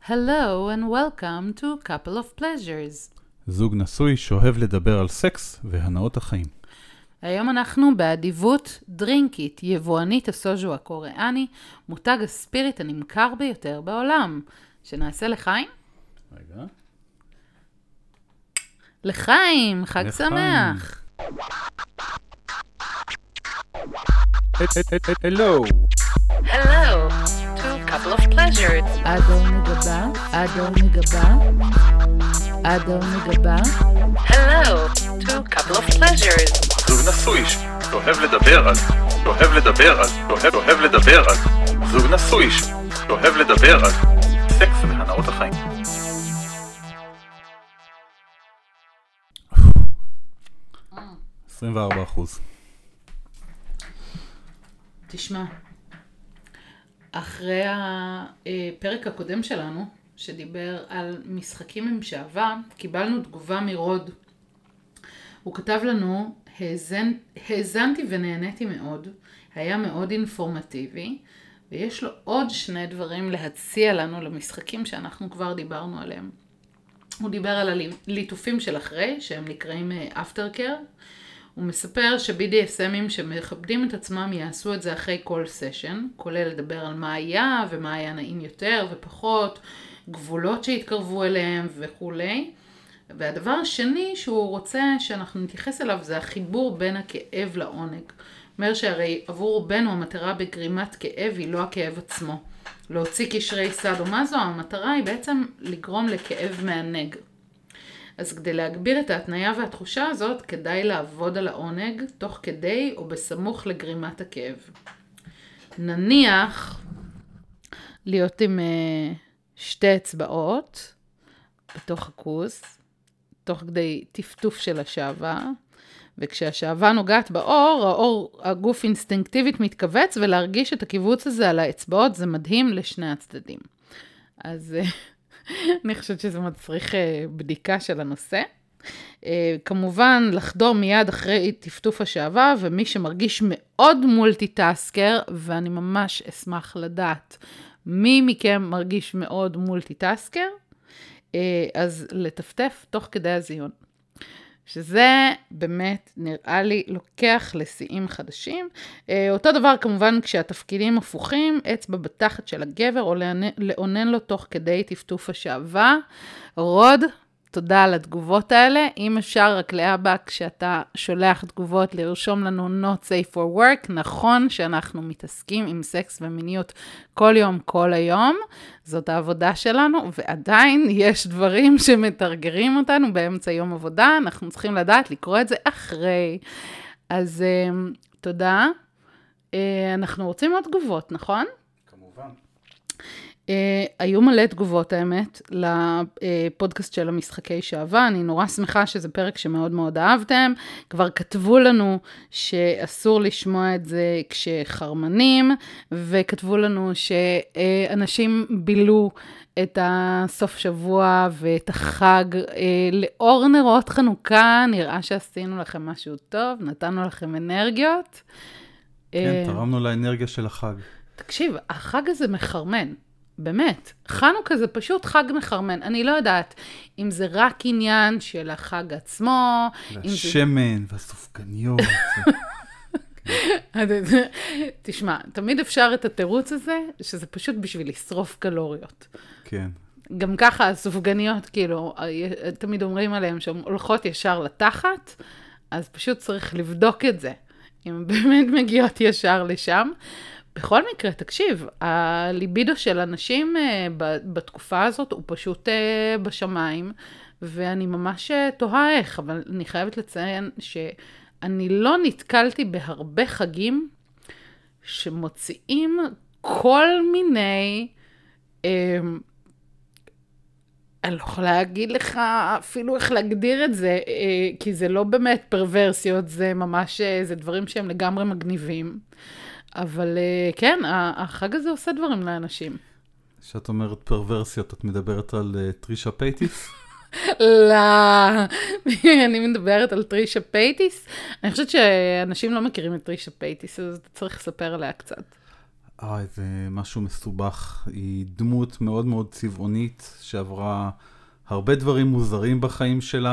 Hello and welcome to Couple of Pleasures. זוג נשוי שאוהב לדבר על סקס והנאות החיים. היום אנחנו באדיבות דרינקית, יבואנית הסוז'ו הקוריאני, מותג הספיריט הנמכר ביותר בעולם. שנעשה לחיים? רגע. לחיים, חג שמח. Hello. Hello to Couple of Pleasures. אדון מגבה, אדון מגבה, אדון מגבה. Hello to Couple of Pleasures. זוג נשוי שאוהב לדבר על, אוהב לדבר על, זוג נשוי שאוהב לדבר על סקס והנאות החיים. $24. תשמע, אחרי הפרק הקודם שלנו, שדיבר על משחקים עם שעווה, קיבלנו תגובה מרוד. הוא כתב לנו, האזנתי ונהניתי מאוד, היה מאוד אינפורמטיבי, ויש לו עוד שני דברים להציע לנו למשחקים שאנחנו כבר דיברנו עליהם. הוא דיבר על הליטופים של אחרי, שהם נקראים Aftercare. הוא מספר ש-BDSMים שמכבדים את עצמם יעשו את זה אחרי כל סשן, כולל לדבר על מה היה ומה היה נעים יותר ופחות, גבולות שהתקרבו אליהם וכו'. והדבר השני שהוא רוצה שאנחנו נתייחס אליו זה החיבור בין הכאב לעונג. אומר שהרי עבור רובנו המטרה בגרימת כאב היא לא הכאב עצמו. להוציא קשרי סד או מזו, המטרה היא בעצם לגרום לכאב מענג. אז כדי להגביר את ההתניה והתחושה הזאת, כדאי לעבוד על העונג תוך כדי או בסמוך לגרימת הכאב. נניח להיות עם שתי אצבעות בתוך הכוס, תוך כדי טפטוף של השעווה, וכשהשעווה נוגעת באור, הגוף אינסטינקטיבית מתכווץ, ולהרגיש את הקיבוץ הזה על האצבעות, זה מדהים לשני הצדדים. אז אני חושבת שזה מצריך בדיקה של הנושא. כמובן, לחדור מיד אחרי טפטוף השעווה, ומי שמרגיש מאוד מולטיטאסקר, ואני ממש אשמח לדעת מי מכם מרגיש מאוד מולטיטאסקר, אז לטפטף תוך כדי הזיון. שזה באמת נראה לי לוקח לשיאים חדשים. אותו דבר כמובן כשהתפקידים הפוכים, אצבע בתחת של הגבר או לעונן לו תוך כדי טפטוף השעווה. רוד, תודה על התגובות האלה. אם אפשר רק להבא כשאתה שולח תגובות לרשום לנו not safe for work, נכון שאנחנו מתעסקים עם סקס ומיניות כל יום, כל היום. זאת העבודה שלנו, ועדיין יש דברים שמתרגרים אותנו באמצע יום עבודה, אנחנו צריכים לדעת לקרוא את זה אחרי. אז תודה. אנחנו רוצים עוד תגובות, נכון? כמובן. היו מלא תגובות האמת לפודקאסט של המשחקי שעווה, אני נורא שמחה שזה פרק שמאוד מאוד אהבתם, כבר כתבו לנו שאסור לשמוע את זה כשחרמנים, וכתבו לנו שאנשים בילו את הסוף שבוע ואת החג לאור נרות חנוכה, נראה שעשינו לכם משהו טוב, נתנו לכם אנרגיות. כן, תרמנו לאנרגיה של החג. תקשיב, החג הזה מחרמן. באמת, חנוכה זה פשוט חג מחרמן. אני לא יודעת אם זה רק עניין של החג עצמו. והשמן והסופגניות. תשמע, תמיד אפשר את התירוץ הזה, שזה פשוט בשביל לשרוף קלוריות. כן. גם ככה הסופגניות, כאילו, תמיד אומרים עליהם שהן הולכות ישר לתחת, אז פשוט צריך לבדוק את זה, אם הן באמת מגיעות ישר לשם. בכל מקרה, תקשיב, הליבידו של אנשים בתקופה הזאת הוא פשוט בשמיים, ואני ממש תוהה איך, אבל אני חייבת לציין שאני לא נתקלתי בהרבה חגים שמוציאים כל מיני, אני לא יכולה להגיד לך אפילו איך להגדיר את זה, כי זה לא באמת פרוורסיות, זה ממש, זה דברים שהם לגמרי מגניבים. אבל כן, החג הזה עושה דברים לאנשים. כשאת אומרת פרוורסיות, את מדברת על טרישה פייטיס? לא, אני מדברת על טרישה פייטיס. אני חושבת שאנשים לא מכירים את טרישה פייטיס, אז אתה צריך לספר עליה קצת. זה משהו מסובך. היא דמות מאוד מאוד צבעונית, שעברה הרבה דברים מוזרים בחיים שלה,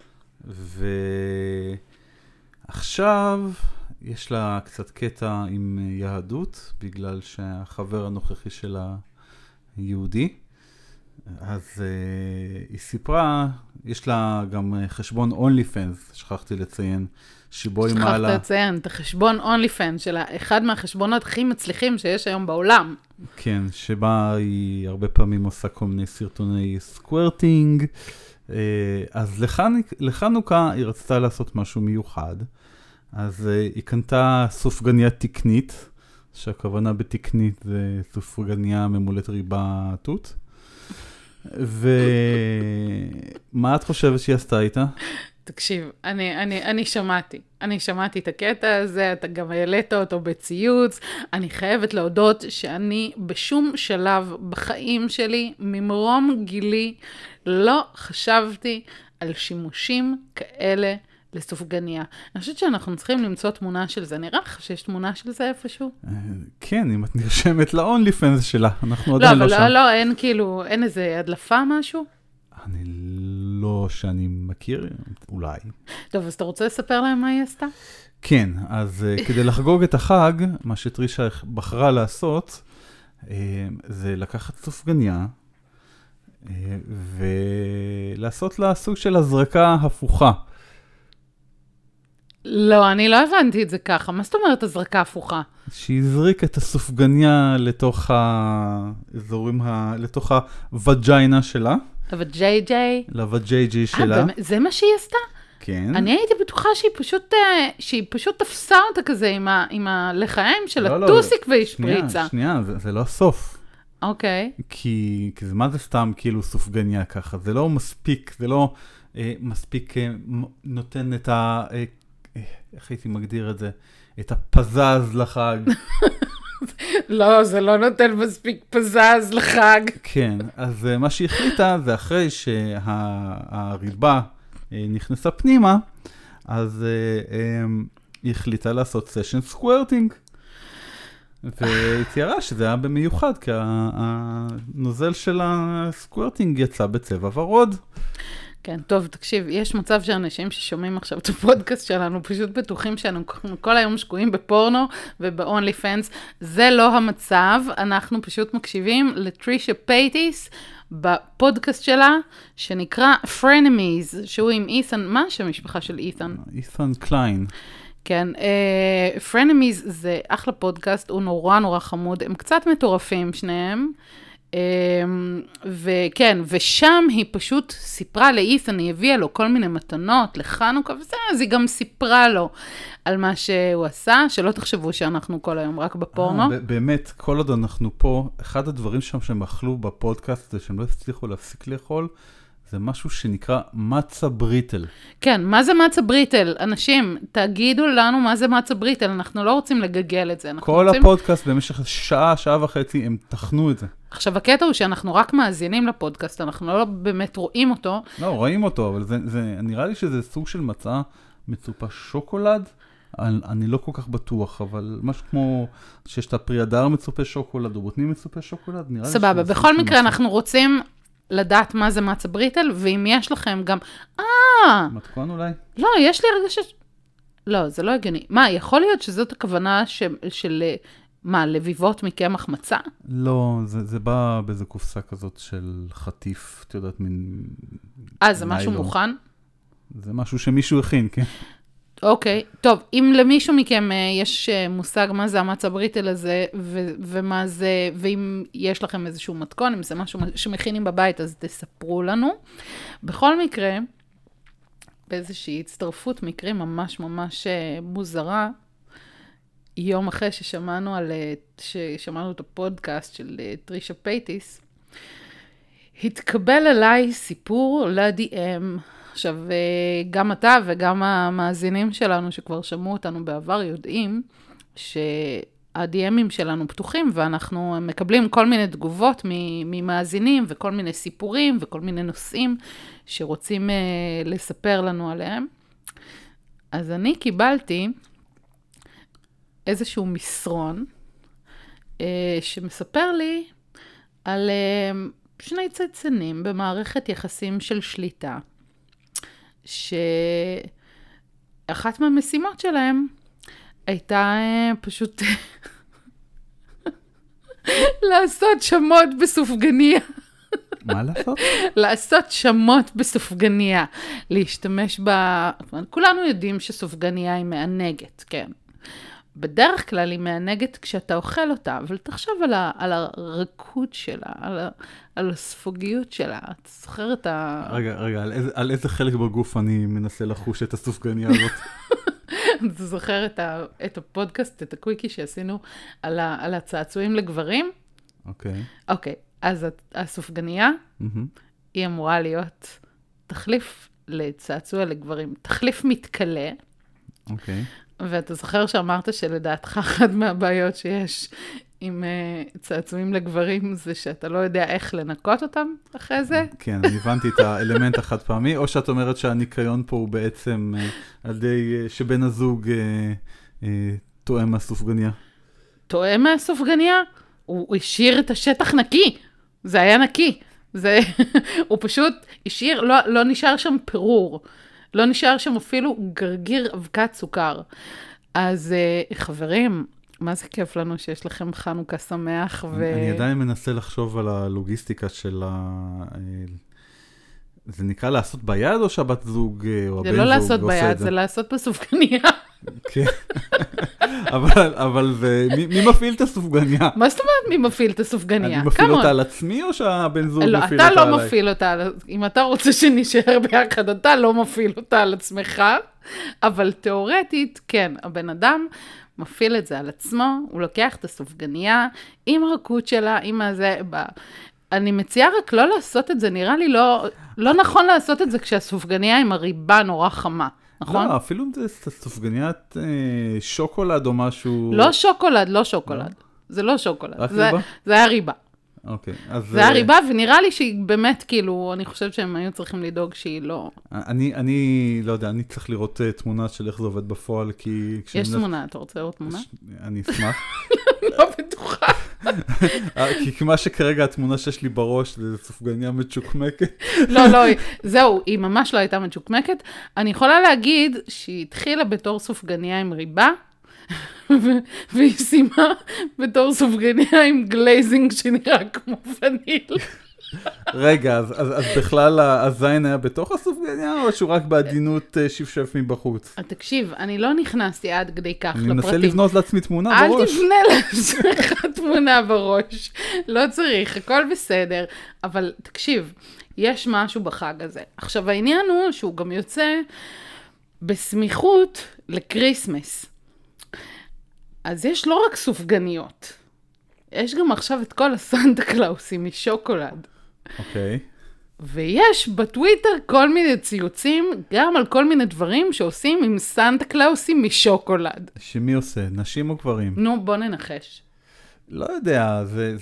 ועכשיו יש לה קצת קטע עם יהדות, בגלל שהחבר הנוכחי שלה יהודי. אז היא סיפרה, יש לה גם חשבון OnlyFans, שכחתי לציין, שבו היא מעלה... שכחת לציין, את החשבון OnlyFans שלה, אחד מהחשבונות הכי מצליחים שיש היום בעולם. כן, שבה היא הרבה פעמים עושה כל מיני סרטוני סקוורטינג, אז לחנוכה היא רצתה לעשות משהו מיוחד, אז היא קנתה סופגניה תקנית, שהכוונה בתקנית זה סופגניה ממולאת ריבה תות, ומה את חושבת שהיא עשתה איתה? תקשיב, אני שמעתי את הקטע הזה, אתה גם העלית אותו בציוץ, אני חייבת להודות שאני בשום שלב בחיים שלי, ממרום גילי, לא חשבתי על שימושים כאלה לסופגניה. אני חושבת שאנחנו צריכים למצוא תמונה של זה. נראה לך שיש תמונה של זה איפשהו? כן, אם את נרשמת ל-OnlyFans שלה, אנחנו עדיין לא שם. לא, אין כאילו, אין איזה הדלפה משהו? אני לא שאני מכיר, אולי. טוב, אז אתה רוצה לספר להם מה היא עשתה? כן, אז כדי לחגוג את החג, מה שטרישה בחרה לעשות, זה לקחת סופגניה, ולעשות לה סוג של הזרקה הפוכה. לא, אני לא הבנתי את זה ככה. מה זאת אומרת הזרקה הפוכה? שהזריק את הסופגניה לתוך האזורים, לתוך הווג'יינה שלה. לווג'יי שלה. זה מה שהיא עשתה? כן. אני הייתי בטוחה שהיא פשוט תפסה אותה כזה עם הלחיים של הטוסיק והשפריצה. שנייה, זה לא הסוף. אוקיי. כי מה זה סתם כאילו סופגניה ככה? זה לא מספיק, זה לא מספיק נותן את איך הייתי מגדיר את זה? את הפזז לחג. לא, זה לא נותן מספיק פזז לחג. כן, אז מה שהיא החליטה זה אחרי שהריבה נכנסה פנימה, אז היא החליטה לעשות סשן סקוורטינג. והיא תיארה שזה היה במיוחד, כי הנוזל של הסקוורטינג יצא בצבע ורוד. כן, טוב, תקשיב, יש מצב שאנשים ששומעים עכשיו את הפודקאסט שלנו, פשוט בטוחים שאנחנו כל היום שקועים בפורנו וב-OnlyFans. זה לא המצב, אנחנו פשוט מקשיבים לטרישה פייטיס בפודקאסט שלה, שנקרא Frenemies, שהוא עם אית'ן, מה המשפחה של אית'ן? אית'ן קליין. כן, Frenemies זה אחלה פודקאסט, הוא נורא נורא חמוד, הם קצת מטורפים שניהם, וכן, ושם היא פשוט סיפרה לאית'ן, היא הביאה לו כל מיני מתנות לחנוכה וזה, אז היא גם סיפרה לו על מה שהוא עשה, שלא תחשבו שאנחנו כל היום רק בפורנו. באמת, כל עוד אנחנו פה, אחד הדברים שם שהם אכלו בפודקאסט, זה שהם לא הצליחו להפסיק לאכול, זה משהו שנקרא מצה בריטל. כן, מה זה מצה בריטל? אנשים, תגידו לנו מה זה מצה בריטל, אנחנו לא רוצים לגגל את זה. כל הפודקאסט במשך שעה וחצי, הם תכנו את זה. עכשיו, הקטע הוא שאנחנו רק מאזינים לפודקאסט, אנחנו לא באמת רואים אותו. לא, רואים אותו, אבל נראה לי שזה סוג של מצה מצופה שוקולד. אני לא כל כך בטוח, אבל משהו כמו שיש את הפריאדר מצופה שוקולד, או בוטנים מצופה שוקולד, נראה לי סבבה, בכל מקרה אנחנו רוצים לדעת מה זה מצה בריטל, ואם יש לכם גם, מתכון אולי? לא, יש לי הרגשה, לא, זה לא הגיוני. מה, יכול להיות שזאת הכוונה של מה, לביבות מקמח מצה? לא, זה בא באיזו קופסה כזאת של חטיף, את יודעת, מין... זה משהו מוכן? זה משהו שמישהו הכין, כן. אוקיי, טוב, אם למישהו מכם יש מושג מה זה המצה בריטל הזה, ומה זה, ואם יש לכם איזשהו מתכון, אם זה משהו שמכינים בבית, אז תספרו לנו. בכל מקרה, באיזושהי הצטרפות מקרים ממש ממש מוזרה, יום אחרי ששמענו את הפודקאסט של טרישה פייטיס, התקבל עליי סיפור ל-DM. עכשיו, גם אתה וגם המאזינים שלנו שכבר שמעו אותנו בעבר יודעים שה-DMים שלנו פתוחים, ואנחנו מקבלים כל מיני תגובות ממאזינים וכל מיני סיפורים וכל מיני נושאים שרוצים לספר לנו עליהם. אז אני קיבלתי איזשהו מסרון שמספר לי על שני צייצנים במערכת יחסים של שליטה, שאחת מהמשימות שלהם הייתה פשוט לעשות שמות בסופגניה. מה לעשות? לעשות שמות בסופגניה, להשתמש כולנו יודעים שסופגניה היא מענגת, כן. בדרך כלל היא מענגת כשאתה אוכל אותה, אבל תחשוב על הרקות שלה, על הספוגיות שלה. אתה זוכר את רגע, על איזה חלק בגוף אני מנסה לחוש את הסופגניה הזאת? אתה זוכר את הפודקאסט, את הקוויקי שעשינו על הצעצועים לגברים? אוקיי, אז הסופגניה, היא אמורה להיות תחליף לצעצוע לגברים, תחליף מתקלה. אוקיי. ואתה זוכר שאמרת שלדעתך אחת מהבעיות שיש עם צעצועים לגברים, זה שאתה לא יודע איך לנקות אותם אחרי זה? כן, אני הבנתי את האלמנט החד פעמי, או שאת אומרת שהניקיון פה הוא בעצם על ידי שבן הזוג תואם מהסופגניה. תואם מהסופגניה? הוא השאיר את השטח נקי, זה היה נקי. הוא פשוט השאיר, לא נשאר שם פירור. לא נשאר שם אפילו גרגיר אבקת סוכר. אז חברים, מה זה כיף לנו שיש לכם חנוכה שמח. אני עדיין מנסה לחשוב על הלוגיסטיקה של זה נקרא לעשות ביד או שהבת זוג או הבן זוג? זה לא לעשות ביד, זה לעשות בסופגניה. כן. אבל מי מפעיל את הסופגניה? מה זאת אומרת מי מפעיל את הסופגניה? אני מפעיל אותה על עצמי או שהבן זוג מפעיל אותה עליי? לא, אתה לא מפעיל אותה, אם אתה רוצה שנשאר ביחד, אתה לא מפעיל אותה על עצמך, אבל תיאורטית, כן, הבן אדם מפעיל את זה על עצמו, הוא לוקח את הסופגניה עם הרכות שלה, עם הזה, אני מציעה רק לא לעשות את זה, נראה לי לא נכון לעשות את זה כשהסופגניה עם הריבה נורא חמה. נכון? לא, אפילו אם זה סופגניית שוקולד או משהו... לא שוקולד. זה לא שוקולד. רק ריבה? זה היה ריבה. אוקיי, זה היה ריבה, ונראה לי שהיא באמת, כאילו, אני חושבת שהם היו צריכים לדאוג שהיא לא... אני לא יודע, אני צריך לראות תמונה של איך זה עובד בפועל, כי... יש תמונה, אתה רוצה לראות תמונה? אני אשמח. לא בטוחה. כי מה שכרגע התמונה שיש לי בראש, זה סופגניה מצ'וקמקת. לא, זהו, היא ממש לא הייתה מצ'וקמקת. אני יכולה להגיד שהיא התחילה בתור סופגניה עם ריבה, והיא סיימה בתור סופגניה עם גלייזינג שנראה כמו וניל. רגע, אז בכלל הזין היה בתוך הסופגניה, או שהוא רק בעדינות שפשף מבחוץ? תקשיב, אני לא נכנסתי עד כדי כך לפרטים. אני מנסה לבנות לעצמי תמונה בראש. אל תבנה לעצמך תמונה בראש. לא צריך, הכל בסדר. אבל תקשיב, יש משהו בחג הזה. עכשיו, העניין הוא שהוא גם יוצא בסמיכות לקריסמס. אז יש לא רק סופגניות, יש גם עכשיו את כל הסנטה קלאוסים משוקולד. אוקיי. ויש בטוויטר כל מיני ציוצים, גם על כל מיני דברים שעושים עם סנטה קלאוסים משוקולד. שמי עושה? נשים או גברים? נו, בוא ננחש. לא יודע, זה...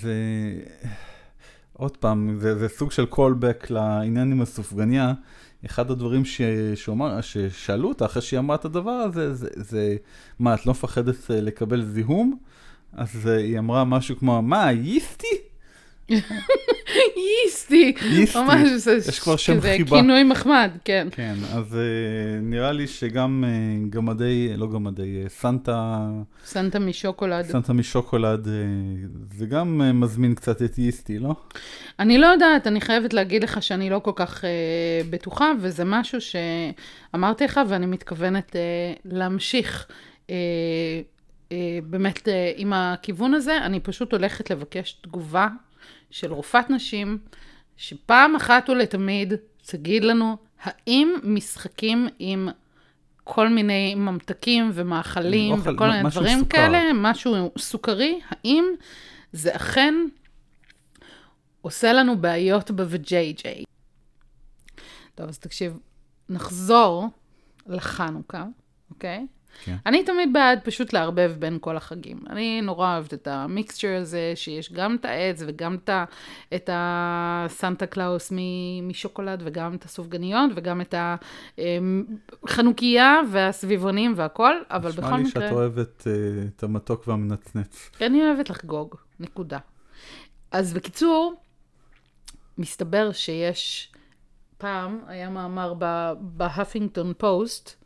עוד פעם, זה סוג של קולבק לעניין עם הסופגניה. אחד הדברים ששאלו אותה אחרי שהיא אמרה את הדבר הזה, זה מה, את לא מפחדת לקבל זיהום? אז היא אמרה משהו כמו, מה, ייסטי? ייסטי. ממש, יש כבר שם חיבה. זה כינוי מחמד, כן. כן, אז נראה לי שגם גמדי, לא גמדי, סנטה משוקולד. סנטה משוקולד, זה גם מזמין קצת את ייסטי, לא? אני לא יודעת, אני חייבת להגיד לך שאני לא כל כך בטוחה, וזה משהו שאמרתי לך, ואני מתכוונת להמשיך באמת עם הכיוון הזה. אני פשוט הולכת לבקש תגובה של רופאת נשים, שפעם אחת ולתמיד תגיד לנו, האם משחקים עם כל מיני ממתקים ומאכלים וכל מיני דברים סוכר. כאלה, משהו סוכרי, האם זה אכן עושה לנו בעיות ב-VJJ? טוב, אז תקשיב, נחזור לחנוכה, אוקיי? כן. אני תמיד בעד פשוט לערבב בין כל החגים. אני נורא אוהבת את המיקסצ'ר הזה, שיש גם את העץ וגם את הסנטה קלאוס משוקולד, וגם את הסופגניות, וגם את החנוכיה והסביבונים והכל, אבל בכל מקרה... נשמע לי שאת אוהבת את המתוק והמנצנץ. אני אוהבת לחגוג, נקודה. אז בקיצור, מסתבר שיש... פעם היה מאמר בהפינגטון פוסט,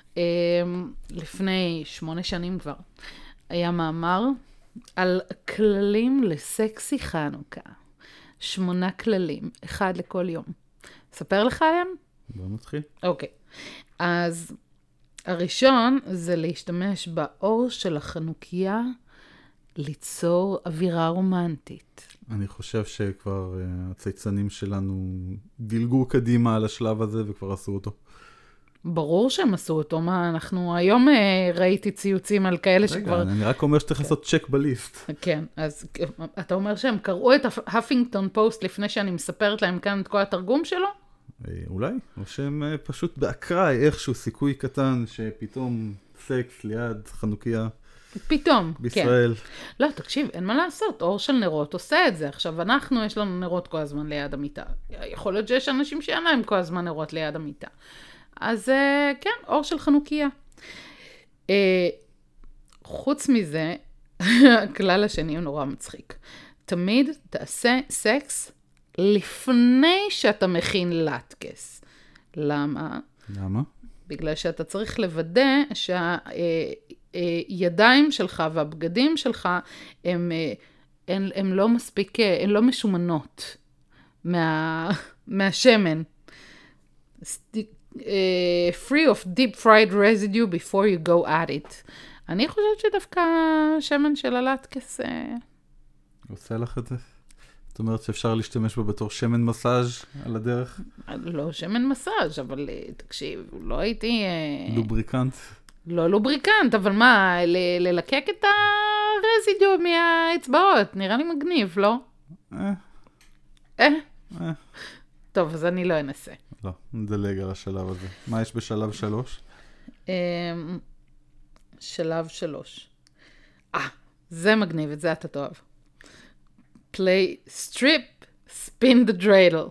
לפני 8 שנים כבר, היה מאמר על כללים לסקסי חנוכה. 8 כללים, 1 לכל יום. ספר לך עליהם? בוא נתחיל. אוקיי. אז הראשון זה להשתמש באור של החנוכיה, ליצור אווירה רומנטית. אני חושב שכבר הצייצנים שלנו דילגו קדימה על השלב הזה וכבר עשו אותו. ברור שהם עשו אותו, מה אנחנו היום ראיתי ציוצים על כאלה שכבר... רגע, אני רק אומר שצריך לעשות צ'ק בליסט. כן, אז אתה אומר שהם קראו את ההפינגטון פוסט לפני שאני מספרת להם כאן את כל התרגום שלו? אולי, או שהם פשוט באקראי איכשהו סיכוי קטן שפתאום סקס ליד חנוכיה. פתאום, בישראל. כן. לא, תקשיב, אין מה לעשות, אור של נרות עושה את זה. עכשיו, יש לנו נרות כל הזמן ליד המיטה. יכול להיות שיש אנשים שאין להם כל הזמן נרות ליד המיטה. אז כן, אור של חנוכיה. חוץ מזה, הכלל השני הוא נורא מצחיק. תמיד תעשה סקס לפני שאתה מכין לטקס. למה? למה? בגלל שאתה צריך לוודא שהידיים שלך והבגדים שלך הם לא מספיק, הן לא משומנות מהשמן. Free of deep fried residue before you go at it. אני חושבת שדווקא שמן של הלטקס... עושה לך את זה? זאת אומרת שאפשר להשתמש בו בתור שמן מסאז' על הדרך? לא שמן מסאז', אבל תקשיב, לא הייתי... לובריקנט? לא לובריקנט, אבל מה, ללקק את הרזידיו מהאצבעות, נראה לי מגניב, לא? טוב, אז אני לא אנסה. לא, נדלג על השלב הזה. מה יש בשלב 3? שלב 3. זה מגניב, את זה אתה תאהב. play strip, spin the dreidel.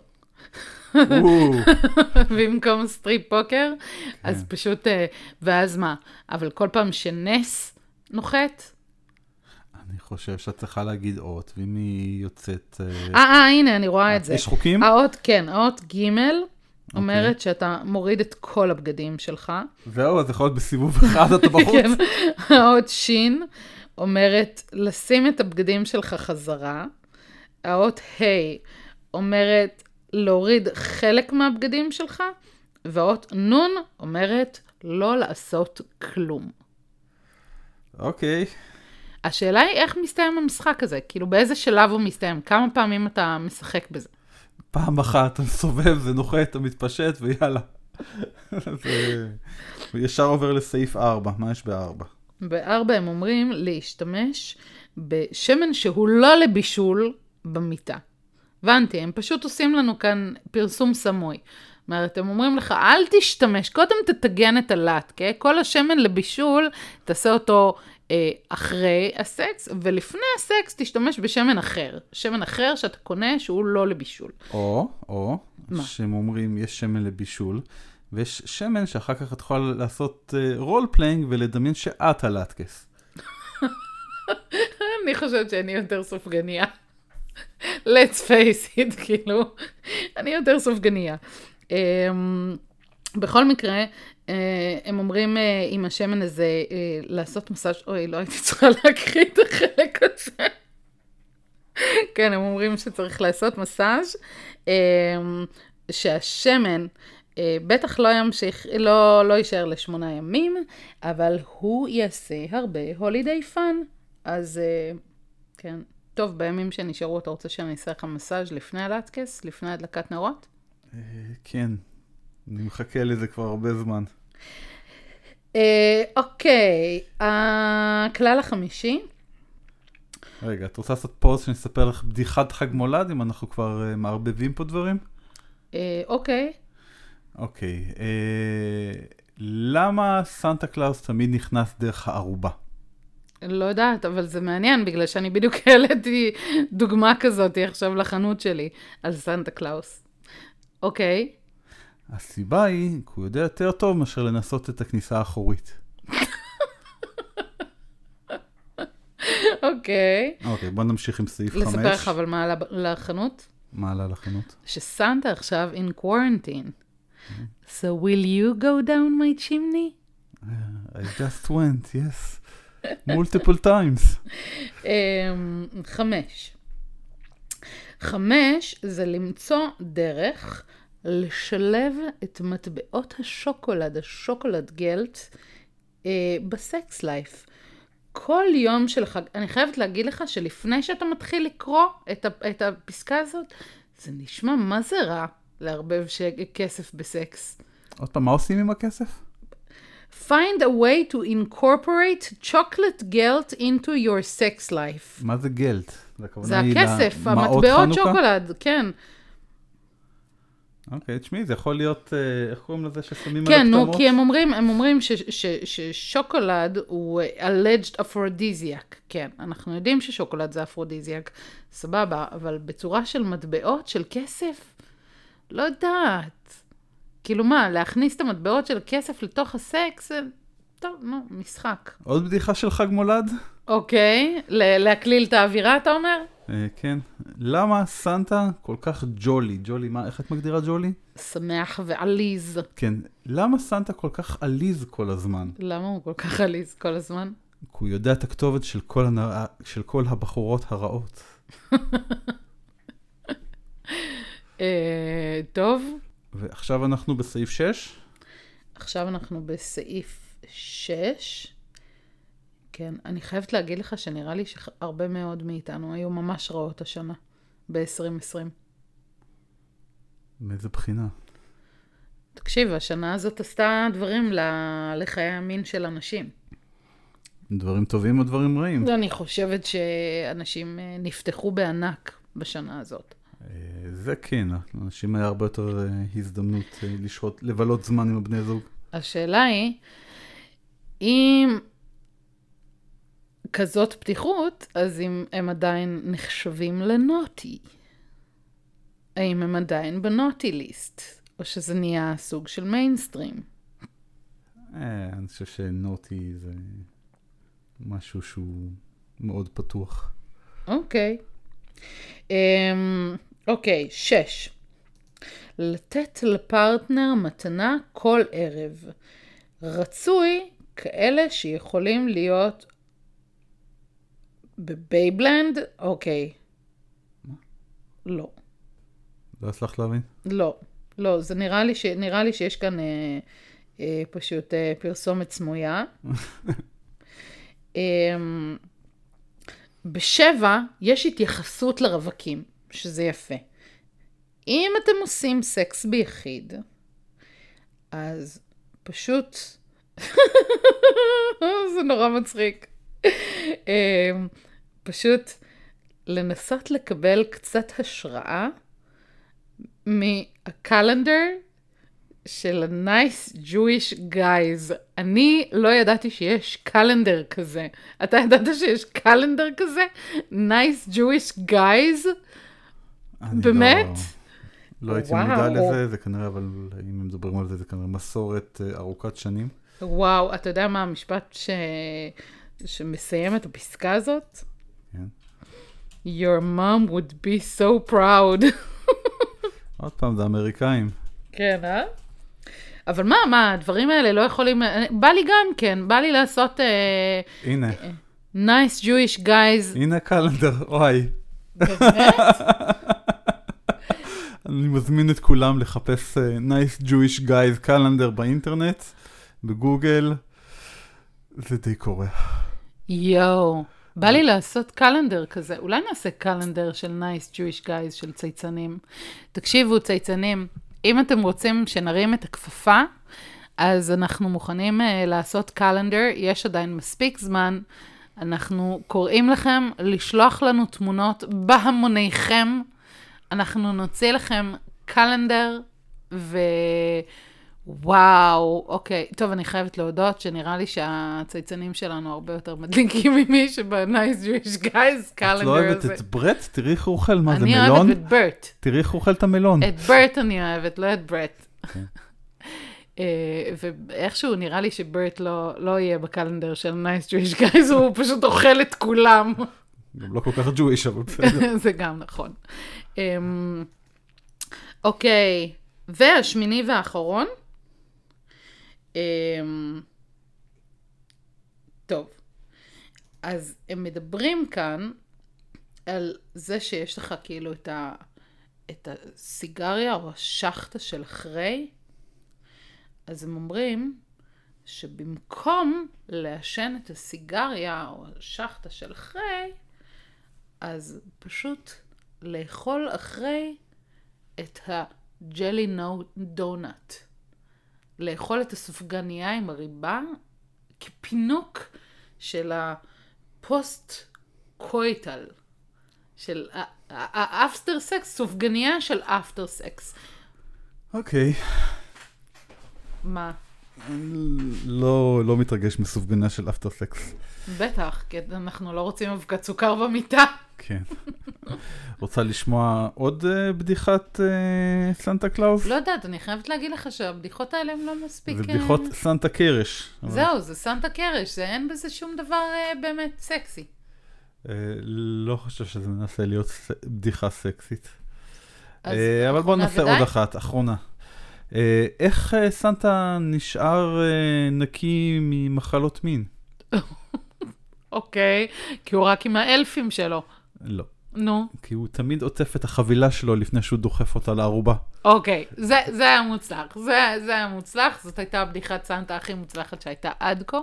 במקום סטריפ פוקר, אז פשוט, ואז מה? אבל כל פעם שנס נוחת? אני חושב שאת צריכה להגיד אות, ואם היא יוצאת... הנה, אני רואה את זה. יש חוקים? האות, כן, האות ג' אומרת שאתה מוריד את כל הבגדים שלך. זהו, אז יכול להיות בסיבוב אחד אתה בחוץ. כן, האות שין אומרת לשים את הבגדים שלך חזרה. האות ה' אומרת להוריד חלק מהבגדים שלך, והאות נון אומרת לא לעשות כלום. אוקיי. השאלה היא איך מסתיים המשחק הזה, כאילו באיזה שלב הוא מסתיים, כמה פעמים אתה משחק בזה? פעם אחת אתה מסובב, זה נוחת, אתה מתפשט ויאללה. זה ישר עובר לסעיף 4, מה יש ב4? ב4 הם אומרים להשתמש בשמן שהוא לא לבישול במיטה. הבנתי, הם פשוט עושים לנו כאן פרסום סמוי. זאת אומרת, הם אומרים לך, אל תשתמש, קודם תתגן את הלטקה, כל השמן לבישול, תעשה אותו אחרי הסקס, ולפני הסקס תשתמש בשמן אחר. שמן אחר שאתה קונה שהוא לא לבישול. או, שהם אומרים, יש שמן לבישול, ויש שמן שאחר כך את יכולה לעשות רול פליינג ולדמיין שאת הלטקס. אני חושבת שאני יותר סופגניה. Let's face it, כאילו, אני יותר סופגניה. בכל מקרה, הם אומרים עם השמן הזה לעשות מסאז' אוי, לא הייתי צריכה להקריא את החלק הזה. כן, הם אומרים שצריך לעשות מסאז' שהשמן בטח לא ימשיך, לא יישאר ל8 ימים, אבל הוא יעשה הרבה הולידיי פאן. אז כן. טוב, בימים שנשארו, אתה רוצה שאני אעשה לך מסאז' לפני הלטקס, לפני הדלקת נרות? כן, אני מחכה לזה כבר הרבה זמן. אוקיי, הכלל החמישי. רגע, את רוצה לעשות פוז שאני אספר לך בדיחת חג מולד, אם אנחנו כבר מערבבים פה דברים? אוקיי. אוקיי, למה סנטה קלאוס תמיד נכנס דרך הערובה? לא יודעת, אבל זה מעניין, בגלל שאני בדיוק העליתי דוגמה כזאת עכשיו לחנות שלי, על סנטה קלאוס. אוקיי. הסיבה היא, כי הוא יודע יותר טוב מאשר לנסות את הכניסה האחורית. אוקיי. אוקיי, בוא נמשיך עם סעיף 5. לספר לך, אבל מה עלה לחנות? מה עלה לחנות? שסנטה עכשיו in quarantine. So will you go down my chimney? I just went, yes. multiple times. 5. 5 זה למצוא דרך לשלב את מטבעות השוקולד גלט, בסקס לייף. כל יום של חג, אני חייבת להגיד לך שלפני שאתה מתחיל לקרוא את הפסקה הזאת, זה נשמע מה זה רע להרבב כסף בסקס. עוד פעם, מה עושים עם הכסף? Find a way to incorporate chocolate gelt into your sex life. מה זה גלט? זה הכסף, המטבעות שוקולד, כן. אוקיי, תשמעי, זה יכול להיות, איך קוראים לזה ששמים כן, על נו, הכתמות? כי הם אומרים ששוקולד הוא alleged aphrodisiac. כן, אנחנו יודעים ששוקולד זה אפרודיזיאק, סבבה, אבל בצורה של מטבעות, של כסף, לא יודעת. כאילו מה, להכניס את המטבעות של כסף לתוך הסקס, טוב, נו, משחק. עוד בדיחה של חג מולד? אוקיי, להקליל את האווירה, אתה אומר? כן. למה סנטה כל כך ג'ולי? ג'ולי, מה, איך את מגדירה ג'ולי? שמח ועליז. כן. למה סנטה כל כך עליז כל הזמן? למה הוא כל כך עליז כל הזמן? כי הוא יודע את הכתובת של כל הבחורות הרעות. טוב. ועכשיו אנחנו בסעיף 6. עכשיו אנחנו בסעיף 6. כן, אני חייבת להגיד לך שנראה לי שהרבה מאוד מאיתנו היו ממש רעות השנה, ב-2020. מאיזה בחינה? תקשיב, השנה הזאת עשתה דברים לחיי המין של אנשים. דברים טובים או דברים רעים? אני חושבת שאנשים נפתחו בענק בשנה הזאת. זה כן, אנשים היה הרבה יותר הזדמנות לבלות זמן עם הבני זוג. השאלה היא, אם כזאת פתיחות, אז אם הם עדיין נחשבים לנוטי. האם הם עדיין בנוטי ליסט, או שזה נהיה סוג של מיינסטרים? אני חושב שנוטי זה משהו שהוא מאוד פתוח. אוקיי. אוקיי, 6. לתת לפרטנר מתנה כל ערב. רצוי כאלה שיכולים להיות בבייבלנד? אוקיי. לא. לא הצלחת להבין? לא, זה נראה לי שיש כאן פשוט פרסומת סמויה. 7 יש התייחסות לרווקים, שזה יפה. אם אתם עושים סקס ביחיד, אז פשוט, זה נורא מצחיק. פשוט לנסות לקבל קצת השראה מהקלנדר של ה-Nice Jewish Guys. אני לא ידעתי שיש קלנדר כזה. אתה ידעת שיש קלנדר כזה? Nice Jewish Guys? באמת? לא הייתי מודע לזה, זה כנראה, אבל אם הם מדברים על זה, זה כנראה מסורת ארוכת שנים. וואו, אתה יודע מה המשפט שמסיים את הפסקה הזאת? כן. Your mom would be so proud. עוד פעם, זה אמריקאים. כן, אבל מה, הדברים האלה לא יכולים, בא לי גם כן, בא לי לעשות, הנה. Nice Jewish Guys. הנה קלנדר, וואי. באמת? אני מזמין את כולם לחפש Nice Jewish Guys קלנדר באינטרנט, בגוגל. זה די קורה. יואו, בא לי לעשות קלנדר כזה. אולי נעשה קלנדר של Nice Jewish Guys של צייצנים. תקשיבו, צייצנים, אם אתם רוצים שנרים את הכפפה, אז אנחנו מוכנים לעשות קלנדר. יש עדיין מספיק זמן. אנחנו קוראים לכם לשלוח לנו תמונות בהמוניכם. אנחנו נוציא לכם קלנדר, וואו, אוקיי. טוב, אני חייבת להודות שנראה לי שהצייצנים שלנו הרבה יותר מדליקים ממי שב-Nice Jewish Guys calendar הזה. את לא אוהבת את ברט? תראי איך הוא אוכל, מה זה מלון? אני אוהבת את ברט. תראי איך הוא אוכל את המלון. את ברט אני אוהבת, לא את ברט. ואיכשהו נראה לי שברט לא יהיה בקלנדר של Nice Jewish Guys, הוא פשוט אוכל את כולם. גם לא כל כך Jewish, אבל בסדר. זה גם נכון. אוקיי, והשמיני והאחרון. טוב, אז הם מדברים כאן על זה שיש לך כאילו את הסיגריה או השחטה של אחרי, אז הם אומרים שבמקום לעשן את הסיגריה או השחטה של אחרי, אז פשוט לאכול אחרי את הג'לי דונאט. לאכול את הסופגניה עם הריבה כפינוק של הפוסט קויטל, של האפטר סקס, סופגניה של אפטר סקס. אוקיי. מה? לא מתרגש מסופגניה של אפטר סקס. בטח, כי אנחנו לא רוצים אבקת סוכר במיטה. כן. רוצה לשמוע עוד בדיחת סנטה קלאוס? לא יודעת, אני חייבת להגיד לך שהבדיחות האלה הן לא מספיק... זה בדיחות סנטה קרש. זהו, זה סנטה קרש, אין בזה שום דבר באמת סקסי. לא חושב שזה מנסה להיות בדיחה סקסית. אבל בואו נעשה עוד אחת, אחרונה. איך סנטה נשאר נקי ממחלות מין? אוקיי, כי הוא רק עם האלפים שלו. לא. נו. כי הוא תמיד עוטף את החבילה שלו לפני שהוא דוחף אותה לערובה. אוקיי, זה היה מוצלח. זה היה מוצלח, זאת הייתה הבדיחת סנטה הכי מוצלחת שהייתה עד כה.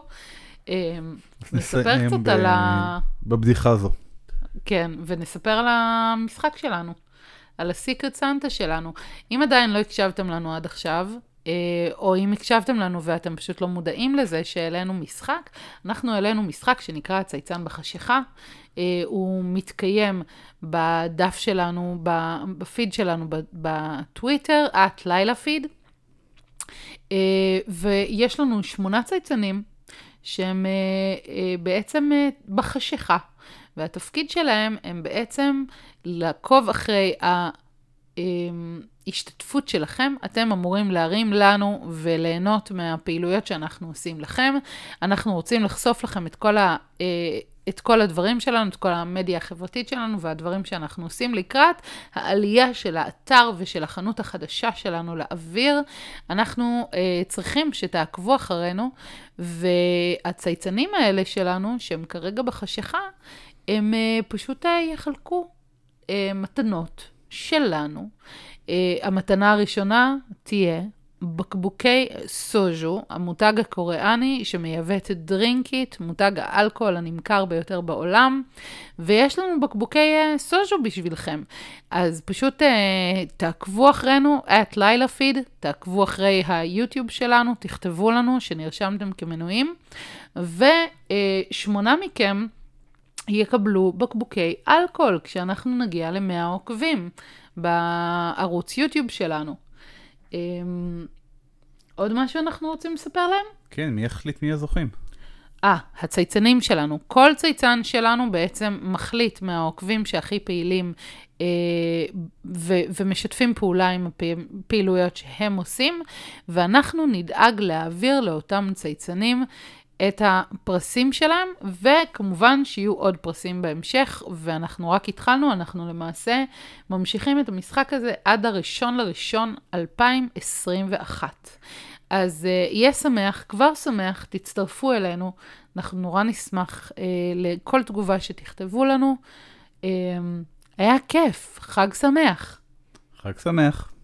נספר קצת על בבדיחה הזו. כן, ונספר על המשחק שלנו, על הסיקרט סנטה שלנו. אם עדיין לא הקשבתם לנו עד עכשיו, או אם הקשבתם לנו ואתם פשוט לא מודעים לזה שהעלינו משחק, אנחנו העלינו משחק שנקרא הצייצן בחשיכה. הוא מתקיים בדף שלנו, בפיד שלנו בטוויטר, @LilaFeed. ויש לנו 8 צייצנים שהם בעצם בחשיכה. והתפקיד שלהם הם בעצם לעקוב אחרי ההשתתפות שלכם. אתם אמורים להרים לנו וליהנות מהפעילויות שאנחנו עושים לכם. אנחנו רוצים לחשוף לכם את כל הדברים שלנו, את כל המדיה החברתית שלנו והדברים שאנחנו עושים לקראת העלייה של האתר ושל החנות החדשה שלנו לאוויר. אנחנו צריכים שתעקבו אחרינו, והצייצנים האלה שלנו, שהם כרגע בחשיכה, הם פשוט יחלקו מתנות שלנו. המתנה הראשונה תהיה בקבוקי סוז'ו, המותג הקוריאני שמייבא את דרינקיט, מותג האלכוהול הנמכר ביותר בעולם, ויש לנו בקבוקי סוז'ו בשבילכם. אז פשוט תעקבו אחרינו, @LilaFeed, תעקבו אחרי היוטיוב שלנו, תכתבו לנו שנרשמתם כמנויים, ו8 מכם יקבלו בקבוקי אלכוהול כשאנחנו נגיע ל100 עוקבים בערוץ יוטיוב שלנו. עוד משהו אנחנו רוצים לספר להם? כן, מי יחליט מי הזוכים? הצייצנים שלנו. כל צייצן שלנו בעצם מחליט מהעוקבים שהכי פעילים ומשתפים פעולה עם הפעילויות שהם עושים, ואנחנו נדאג להעביר לאותם צייצנים את הפרסים שלהם, וכמובן שיהיו עוד פרסים בהמשך, ואנחנו רק התחלנו, אנחנו למעשה ממשיכים את המשחק הזה עד 1.1.2021. אז יהיה שמח, כבר שמח, תצטרפו אלינו, אנחנו נורא נשמח לכל תגובה שתכתבו לנו. היה כיף, חג שמח. חג שמח.